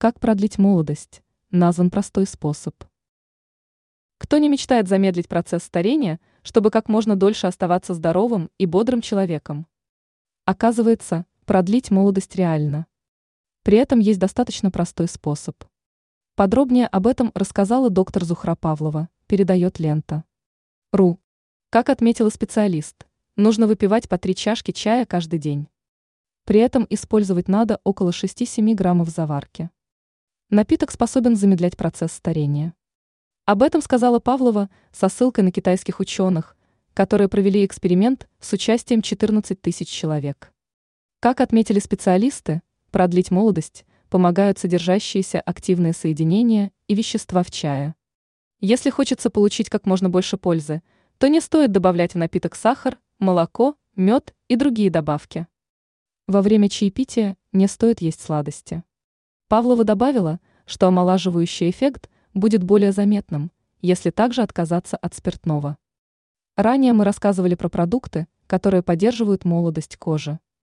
Как продлить молодость? Назван простой способ. Кто не мечтает замедлить процесс старения, чтобы как можно дольше оставаться здоровым и бодрым человеком? Оказывается, продлить молодость реально. При этом есть достаточно простой способ. Подробнее об этом рассказала доктор Зухра Павлова, передает Лента.ру. Как отметила специалист, нужно выпивать по 3 чашки чая каждый день. При этом использовать надо около 6-7 граммов заварки. Напиток способен замедлять процесс старения. Об этом сказала Павлова со ссылкой на китайских ученых, которые провели эксперимент с участием 14 тысяч человек. Как отметили специалисты, продлить молодость помогают содержащиеся активные соединения и вещества в чае. Если хочется получить как можно больше пользы, то не стоит добавлять в напиток сахар, молоко, мед и другие добавки. Во время чаепития не стоит есть сладости. Павлова добавила, что омолаживающий эффект будет более заметным, если также отказаться от спиртного. Ранее мы рассказывали про продукты, которые поддерживают молодость кожи.